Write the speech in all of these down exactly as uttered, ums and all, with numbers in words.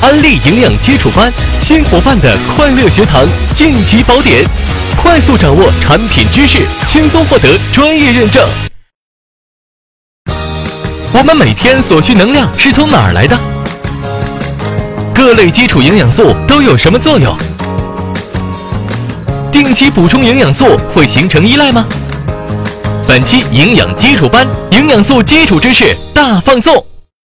安利营养基础班，新伙伴的快乐学堂晋级宝典，快速掌握产品知识，轻松获得专业认证。我们每天所需能量是从哪儿来的？各类基础营养素都有什么作用？定期补充营养素会形成依赖吗？本期营养基础班，营养素基础知识大放送。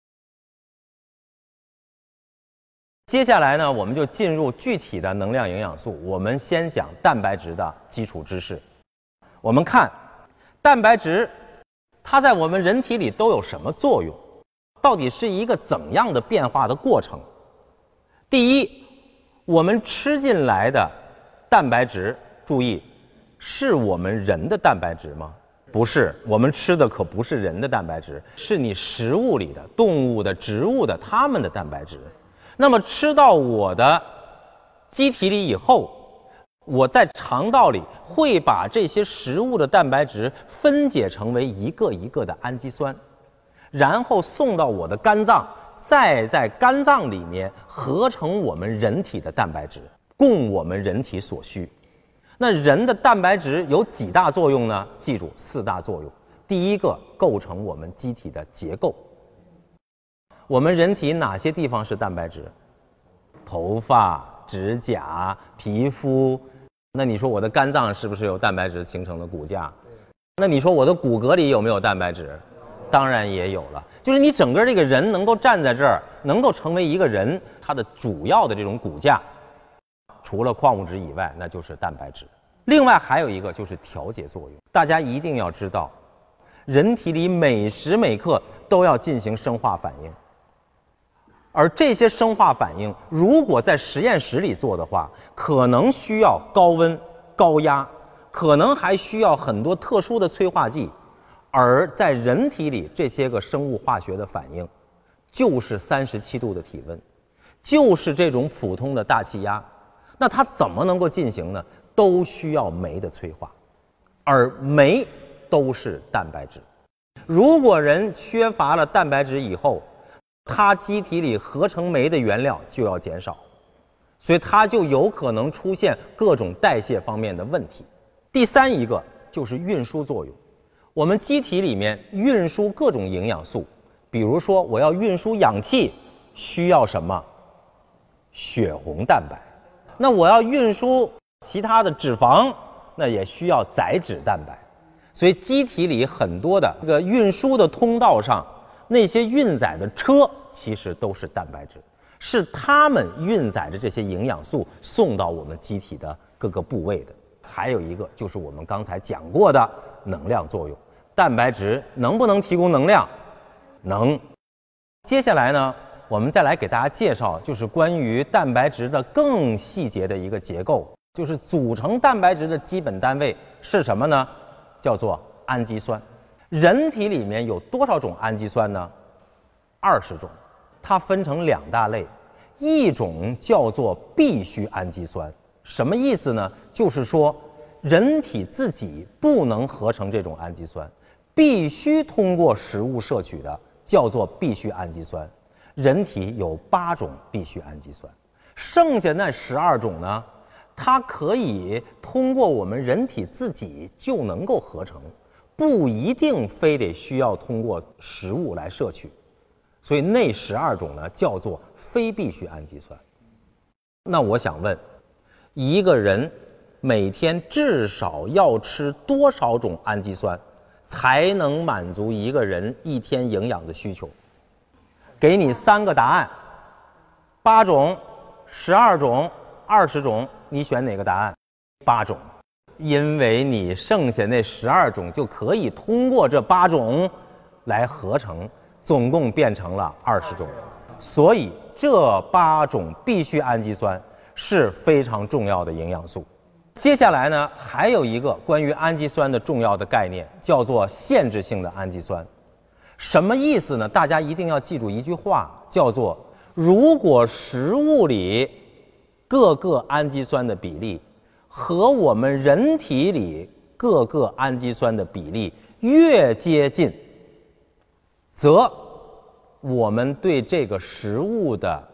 接下来呢，我们就进入具体的能量营养素。我们先讲蛋白质的基础知识。我们看蛋白质，它在我们人体里都有什么作用？到底是一个怎样的变化的过程？第一，我们吃进来的蛋白质，注意，是我们人的蛋白质吗？不是，我们吃的可不是人的蛋白质，是你食物里的、动物的、植物的它们的蛋白质。那么吃到我的机体里以后，我在肠道里会把这些食物的蛋白质分解成为一个一个的氨基酸，然后送到我的肝脏，再在肝脏里面合成我们人体的蛋白质，供我们人体所需。那人的蛋白质有几大作用呢？记住四大作用。第一个，构成我们机体的结构。我们人体哪些地方是蛋白质？头发、指甲、皮肤。那你说我的肝脏是不是有蛋白质形成的骨架？那你说我的骨骼里有没有蛋白质？当然也有了。就是你整个这个人能够站在这儿，能够成为一个人，它的主要的这种骨架，除了矿物质以外，那就是蛋白质。另外还有一个就是调节作用。大家一定要知道，人体里每时每刻都要进行生化反应。而这些生化反应，如果在实验室里做的话，可能需要高温、高压，可能还需要很多特殊的催化剂。而在人体里，这些个生物化学的反应，就是三十七度的体温，就是这种普通的大气压。那它怎么能够进行呢？都需要酶的催化，而酶都是蛋白质。如果人缺乏了蛋白质以后，它机体里合成酶的原料就要减少，所以它就有可能出现各种代谢方面的问题。第三一个就是运输作用。我们机体里面运输各种营养素，比如说我要运输氧气，需要什么？血红蛋白。那我要运输其他的脂肪，那也需要载脂蛋白。所以机体里很多的这个运输的通道上，那些运载的车其实都是蛋白质，是它们运载着这些营养素送到我们机体的各个部位的。还有一个就是我们刚才讲过的能量作用。蛋白质能不能提供能量？能。接下来呢，我们再来给大家介绍，就是关于蛋白质的更细节的一个结构，就是组成蛋白质的基本单位是什么呢？叫做氨基酸。人体里面有多少种氨基酸呢？二十种。它分成两大类，一种叫做必需氨基酸。什么意思呢？就是说人体自己不能合成这种氨基酸，必须通过食物摄取的叫做必需氨基酸。人体有八种必需氨基酸，剩下那十二种呢，它可以通过我们人体自己就能够合成，不一定非得需要通过食物来摄取。所以那十二种呢，叫做非必需氨基酸。那我想问，一个人每天至少要吃多少种氨基酸，才能满足一个人一天营养的需求？给你三个答案：八种、十二种、二十种，你选哪个答案？八种，因为你剩下那十二种就可以通过这八种来合成，总共变成了二十种。所以这八种必需氨基酸是非常重要的营养素。接下来呢，还有一个关于氨基酸的重要的概念，叫做限制性的氨基酸。什么意思呢？大家一定要记住一句话，叫做如果食物里各个氨基酸的比例和我们人体里各个氨基酸的比例越接近，则我们对这个食物的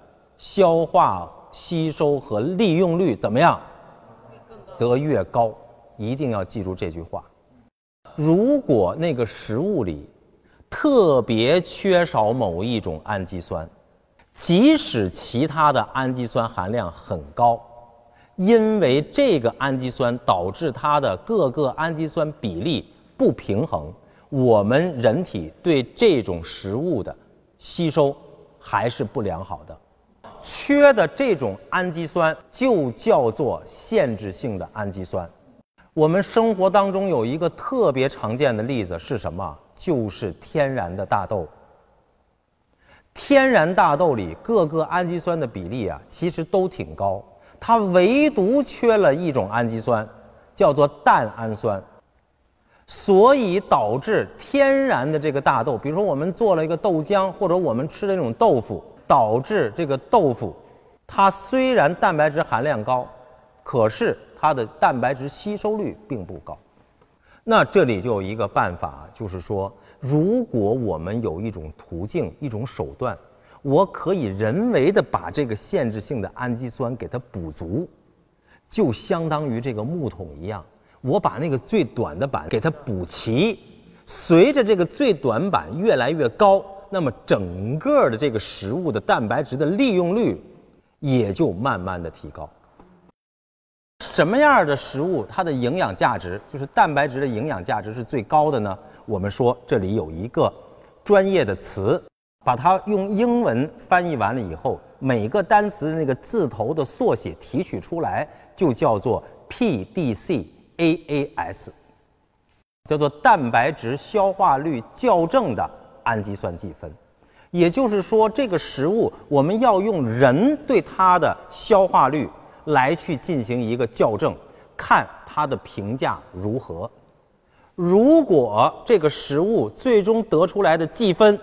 消化、吸收和利用率怎么样，则越高。一定要记住这句话。如果那个食物里特别缺少某一种氨基酸，即使其他的氨基酸含量很高，因为这个氨基酸导致它的各个氨基酸比例不平衡，我们人体对这种食物的吸收还是不良好的。缺的这种氨基酸就叫做限制性的氨基酸。我们生活当中有一个特别常见的例子是什么？就是天然的大豆。天然大豆里各个氨基酸的比例啊，其实都挺高，它唯独缺了一种氨基酸，叫做蛋氨酸。所以导致天然的这个大豆，比如说我们做了一个豆浆，或者我们吃的那种豆腐，导致这个豆腐它虽然蛋白质含量高，可是它的蛋白质吸收率并不高。那这里就有一个办法，就是说如果我们有一种途径、一种手段，我可以人为的把这个限制性的氨基酸给它补足，就相当于这个木桶一样，我把那个最短的板给它补齐，随着这个最短板越来越高，那么整个的这个食物的蛋白质的利用率也就慢慢的提高。什么样的食物它的营养价值，就是蛋白质的营养价值是最高的呢？我们说这里有一个专业的词，把它用英文翻译完了以后，每个单词的那个字头的缩写提取出来，就叫做 P D C A A S， 叫做蛋白质消化率校正的氨基酸计分。也就是说，这个食物我们要用人对它的消化率来去进行一个校正，看它的评价如何。如果这个食物最终得出来的计分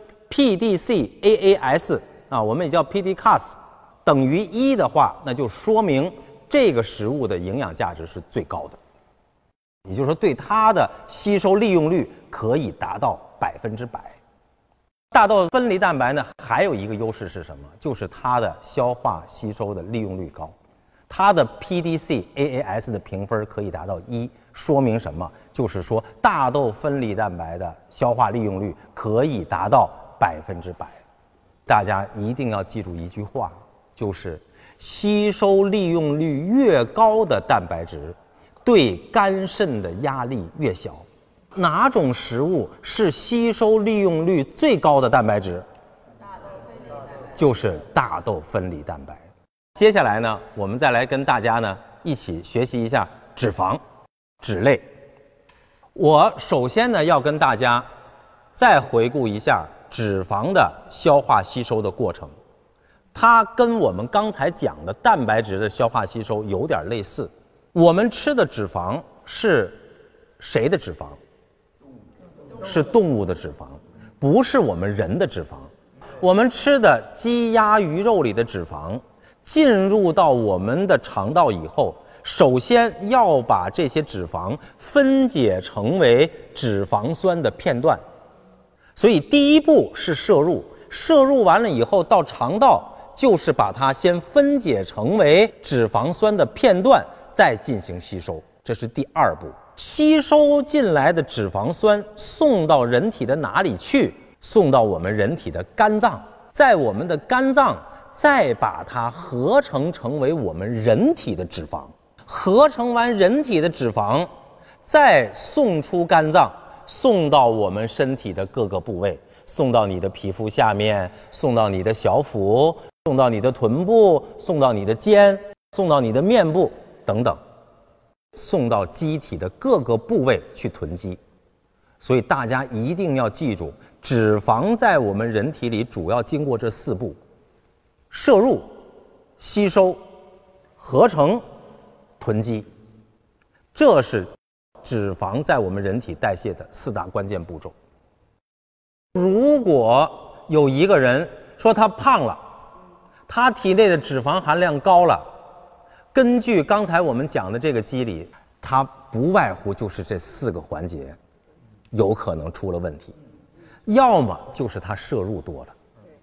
P D C A A S 啊，我们也叫 P D C A S 等于一的话，那就说明这个食物的营养价值是最高的，也就是说对它的吸收利用率可以达到百分之百。大豆分离蛋白呢，还有一个优势是什么？就是它的消化吸收的利用率高，它的 P D C A A S 的评分可以达到一，说明什么？就是说大豆分离蛋白的消化利用率可以达到百分之百。大家一定要记住一句话，就是吸收利用率越高的蛋白质，对肝肾的压力越小。哪种食物是吸收利用率最高的蛋白质？大豆分离蛋白，就是大豆分离蛋白。接下来呢，我们再来跟大家呢一起学习一下脂肪、脂类。我首先呢要跟大家再回顾一下脂肪的消化吸收的过程，它跟我们刚才讲的蛋白质的消化吸收有点类似。我们吃的脂肪是谁的脂肪？是动物的脂肪，不是我们人的脂肪。我们吃的鸡鸭鱼肉里的脂肪进入到我们的肠道以后，首先要把这些脂肪分解成为脂肪酸的片段。所以第一步是摄入，摄入完了以后到肠道，就是把它先分解成为脂肪酸的片段，再进行吸收，这是第二步。吸收进来的脂肪酸送到人体的哪里去？送到我们人体的肝脏，在我们的肝脏再把它合成成为我们人体的脂肪，合成完人体的脂肪，再送出肝脏，送到我们身体的各个部位，送到你的皮肤下面，送到你的小腹，送到你的臀部，送到你的肩，送到你的面部等等，送到机体的各个部位去囤积。所以大家一定要记住，脂肪在我们人体里主要经过这四步：摄入、吸收、合成、囤积。这是脂肪在我们人体代谢的四大关键步骤。如果有一个人说他胖了，他体内的脂肪含量高了，根据刚才我们讲的这个机理，它不外乎就是这四个环节有可能出了问题。要么就是他摄入多了，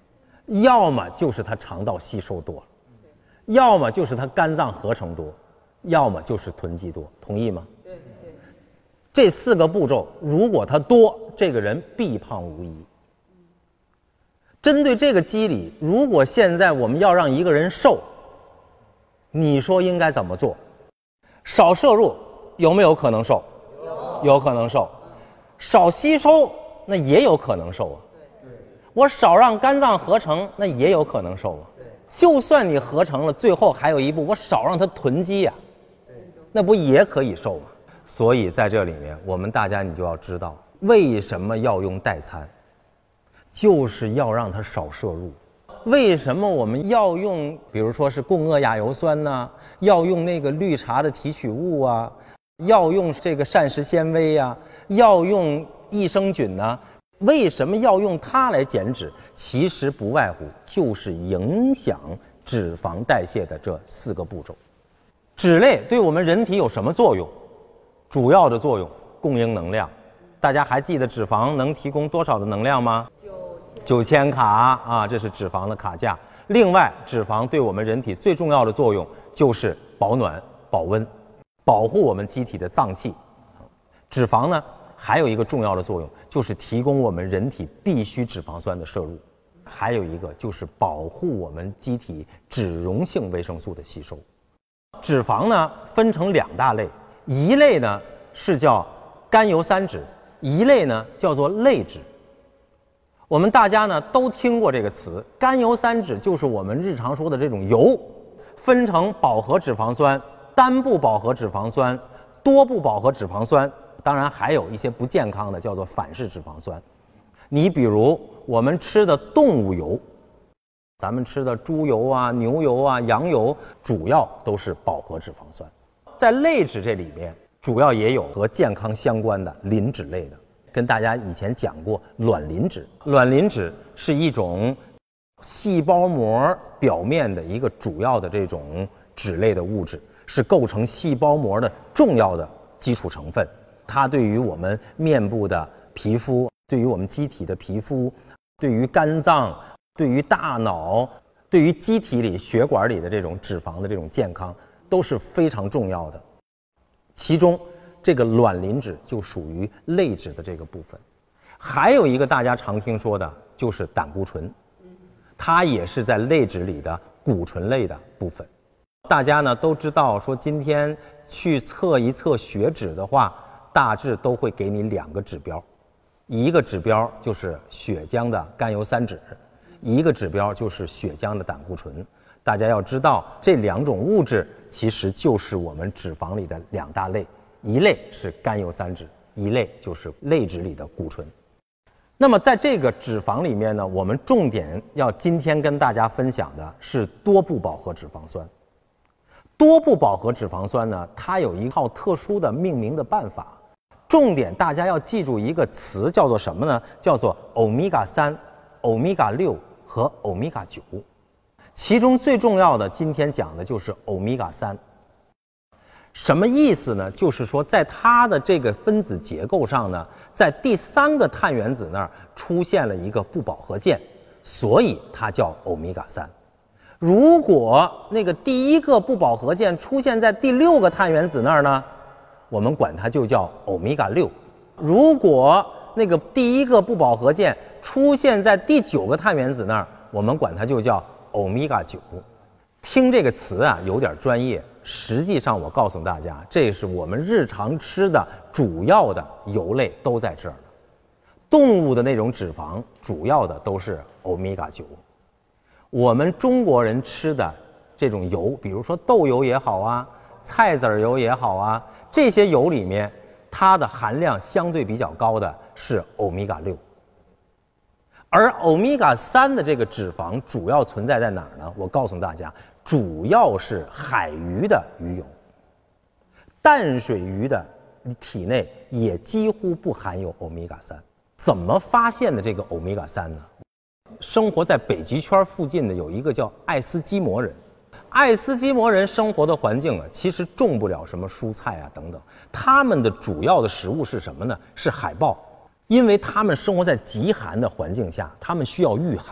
要么就是它肠道吸收多，要么就是它肝脏合成多，要么就是囤积多，同意吗？对对。这四个步骤，如果它多，这个人必胖无疑。针对这个机理，如果现在我们要让一个人瘦，你说应该怎么做？少摄入有没有可能瘦？有，有可能瘦。少吸收那也有可能瘦啊。我少让肝脏合成，那也有可能瘦啊。就算你合成了，最后还有一步，我少让它囤积呀、啊，那不也可以瘦吗？所以在这里面，我们大家你就要知道，为什么要用代餐，就是要让它少摄入。为什么我们要用，比如说是共轭亚油酸呢？要用那个绿茶的提取物啊，要用这个膳食纤维呀、啊，要用益生菌呢？为什么要用它来减脂？其实不外乎就是影响脂肪代谢的这四个步骤。脂类对我们人体有什么作用？主要的作用供应能量。大家还记得脂肪能提供多少的能量吗？九千卡啊，这是脂肪的卡价。另外，脂肪对我们人体最重要的作用就是保暖、保温，保护我们机体的脏器。脂肪呢？还有一个重要的作用，就是提供我们人体必需脂肪酸的摄入，还有一个就是保护我们机体脂溶性维生素的吸收。脂肪呢分成两大类，一类呢是叫甘油三酯，一类呢叫做类脂。我们大家呢都听过这个词，甘油三酯就是我们日常说的这种油，分成饱和脂肪酸、单不饱和脂肪酸、多不饱和脂肪酸。当然还有一些不健康的，叫做反式脂肪酸。你比如我们吃的动物油，咱们吃的猪油啊、牛油啊、羊油，主要都是饱和脂肪酸。在类脂这里面，主要也有和健康相关的磷脂类的。跟大家以前讲过卵磷脂，卵磷脂是一种细胞膜表面的一个主要的这种脂类的物质，是构成细胞膜的重要的基础成分。它对于我们面部的皮肤，对于我们机体的皮肤，对于肝脏，对于大脑，对于机体里血管里的这种脂肪的这种健康都是非常重要的。其中这个卵磷脂就属于类脂的这个部分。还有一个大家常听说的就是胆固醇，它也是在类脂里的骨醇类的部分。大家呢都知道说，今天去测一测血脂的话，大致都会给你两个指标，一个指标就是血浆的甘油三酯，一个指标就是血浆的胆固醇。大家要知道，这两种物质其实就是我们脂肪里的两大类，一类是甘油三酯，一类就是类脂里的骨醇。那么在这个脂肪里面呢，我们重点要今天跟大家分享的是多不饱和脂肪酸。多不饱和脂肪酸呢，它有一套特殊的命名的办法。重点大家要记住一个词，叫做什么呢？叫做欧米伽三、欧米伽六和欧米伽九。其中最重要的，今天讲的就是欧米伽三。什么意思呢？就是说，在它的这个分子结构上呢，在第三个碳原子那儿出现了一个不饱和键，所以它叫欧米伽三。如果那个第一个不饱和键出现在第六个碳原子那儿呢，我们管它就叫欧米伽六。如果那个第一个不饱和键出现在第九个碳原子那儿，我们管它就叫欧米伽九。听这个词啊有点专业，实际上我告诉大家，这是我们日常吃的主要的油类都在这儿。动物的那种脂肪主要的都是欧米伽九。我们中国人吃的这种油，比如说豆油也好啊，菜籽油也好啊，这些油里面它的含量相对比较高的是欧米伽六。而欧米伽三的这个脂肪主要存在在哪儿呢？我告诉大家，主要是海鱼的鱼油，淡水鱼的体内也几乎不含有欧米伽三。怎么发现的这个欧米伽三呢？生活在北极圈附近的有一个叫爱斯基摩人，爱斯基摩人生活的环境啊，其实种不了什么蔬菜啊等等，他们的主要的食物是什么呢？是海豹。因为他们生活在极寒的环境下，他们需要御寒，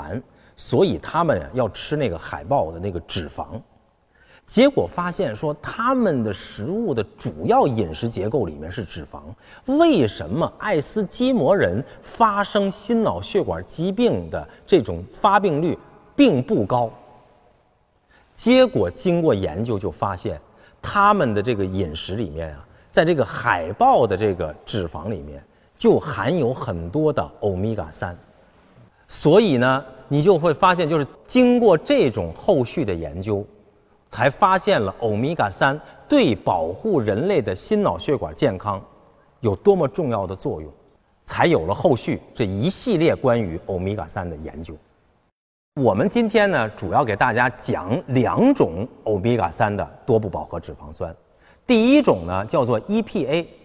所以他们要吃那个海豹的那个脂肪。结果发现说，他们的食物的主要饮食结构里面是脂肪。为什么爱斯基摩人发生心脑血管疾病的这种发病率并不高？结果经过研究就发现，他们的这个饮食里面啊，在这个海豹的这个脂肪里面就含有很多的欧米伽三。所以呢，你就会发现，就是经过这种后续的研究，才发现了欧米伽三对保护人类的心脑血管健康有多么重要的作用，才有了后续这一系列关于欧米伽三的研究。我们今天呢，主要给大家讲两种欧米伽三的多不饱和脂肪酸。第一种呢，叫做 E P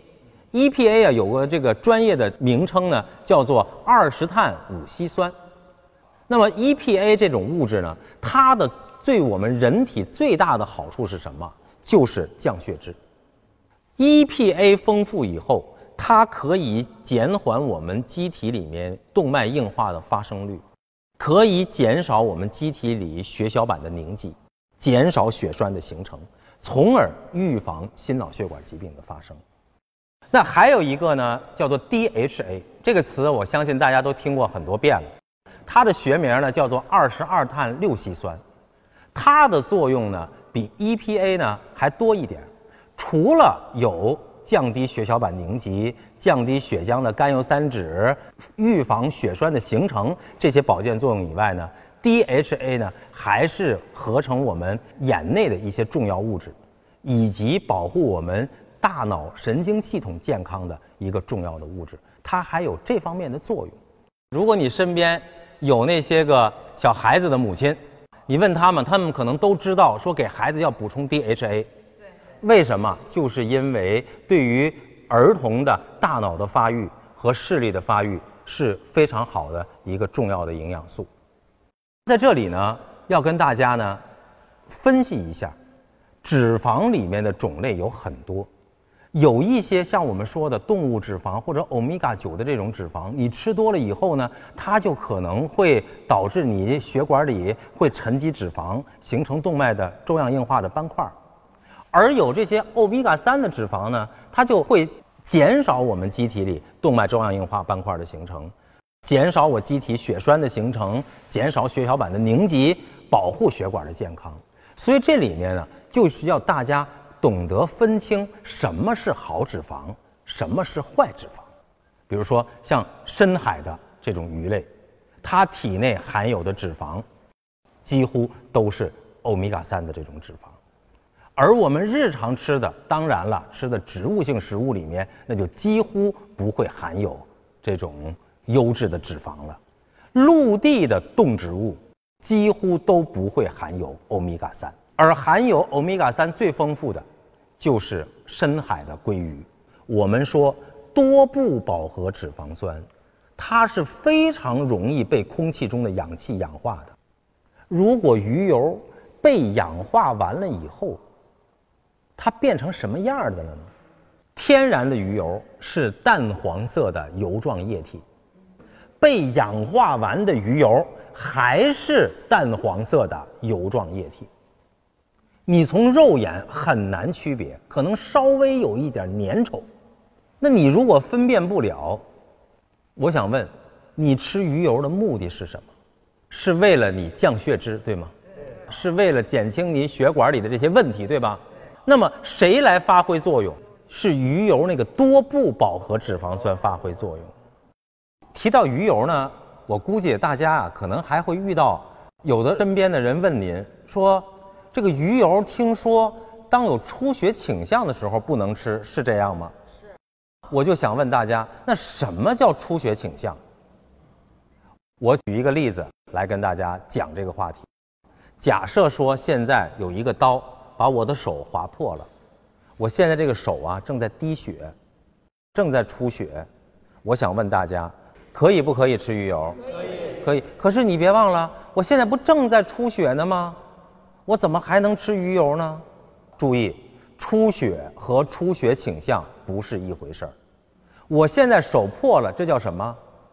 A。E P A 啊，有个这个专业的名称呢，叫做二十碳五烯酸。那么 E P A 这种物质呢，它的对我们人体最大的好处是什么？就是降血脂。E P A 丰富以后，它可以减缓我们机体里面动脉硬化的发生率，可以减少我们机体里血小板的凝集，减少血栓的形成，从而预防心脑血管疾病的发生。那还有一个呢，叫做 D H A， 这个词我相信大家都听过很多遍了。它的学名呢叫做二十二碳六烯酸，它的作用呢比 E P A 呢还多一点。除了有降低血小板凝集、降低血浆的甘油三酯、预防血栓的形成这些保健作用以外呢， D H A 呢还是合成我们眼内的一些重要物质，以及保护我们大脑神经系统健康的一个重要的物质，它还有这方面的作用。如果你身边有那些个小孩子的母亲，你问他们，他们可能都知道说给孩子要补充 D H A。对，为什么？就是因为对于儿童的大脑的发育和视力的发育是非常好的一个重要的营养素。在这里呢，要跟大家呢分析一下，脂肪里面的种类有很多。有一些像我们说的动物脂肪或者欧米伽九的这种脂肪，你吃多了以后呢，它就可能会导致你血管里会沉积脂肪，形成动脉的粥样硬化的斑块。而有这些欧米伽三的脂肪呢，它就会减少我们机体里动脉粥样硬化斑块的形成，减少我机体血栓的形成，减少血小板的凝集，保护血管的健康。所以这里面呢，就是要大家懂得分清什么是好脂肪，什么是坏脂肪。比如说像深海的这种鱼类，它体内含有的脂肪几乎都是欧米伽三的这种脂肪。而我们日常吃的，当然了，吃的植物性食物里面，那就几乎不会含有这种优质的脂肪了。陆地的动植物几乎都不会含有欧米伽三。而含有欧米伽三最丰富的就是深海的鲑鱼。我们说多不饱和脂肪酸，它是非常容易被空气中的氧气氧化的。如果鱼油被氧化完了以后，它变成什么样的了呢？天然的鱼油是淡黄色的油状液体，被氧化完的鱼油还是淡黄色的油状液体。你从肉眼很难区别，可能稍微有一点粘稠。那你如果分辨不了，我想问，你吃鱼油的目的是什么？是为了你降血脂，对吗？是为了减轻你血管里的这些问题，对吧？那么谁来发挥作用？是鱼油那个多不饱和脂肪酸发挥作用。提到鱼油呢，我估计大家啊，可能还会遇到有的身边的人问您说，这个鱼油听说当有出血倾向的时候不能吃，是这样吗？是。我就想问大家，那什么叫出血倾向？我举一个例子来跟大家讲这个话题。假设说现在有一个刀把我的手划破了，我现在这个手啊正在滴血，正在出血，我想问大家，可以不可以吃鱼油？可以。可以。可是你别忘了，我现在不正在出血呢吗？我怎么还能吃鱼油呢？注意，出血和出血倾向不是一回事儿。我现在手破了，这叫什么？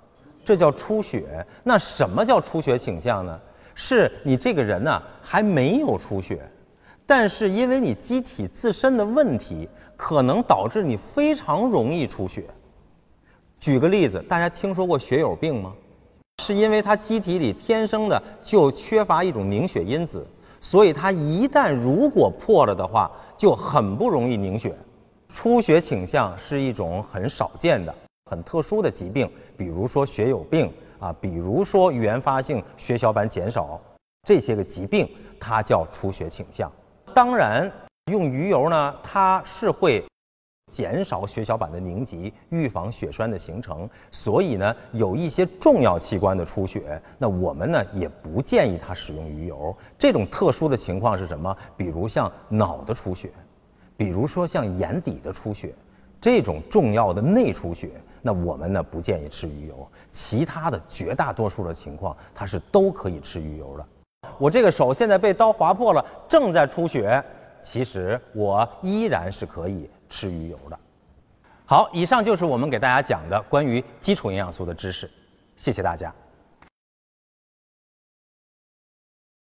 这叫出血。那什么叫出血倾向呢？是你这个人呢、啊、还没有出血，但是因为你机体自身的问题，可能导致你非常容易出血。举个例子，大家听说过血友病吗？是因为它机体里天生的就缺乏一种凝血因子，所以它一旦如果破了的话，就很不容易凝血。出血倾向是一种很少见的、很特殊的疾病，比如说血友病啊，比如说原发性血小板减少这些个疾病，它叫出血倾向。当然，用鱼油呢，它是会减少血小板的凝集，预防血栓的形成。所以呢，有一些重要器官的出血，那我们呢也不建议它使用鱼油。这种特殊的情况是什么？比如像脑的出血，比如说像眼底的出血，这种重要的内出血，那我们呢不建议吃鱼油。其他的绝大多数的情况，它是都可以吃鱼油的。我这个手现在被刀划破了，正在出血，其实我依然是可以吃鱼油的。好，以上就是我们给大家讲的关于基础营养素的知识，谢谢大家。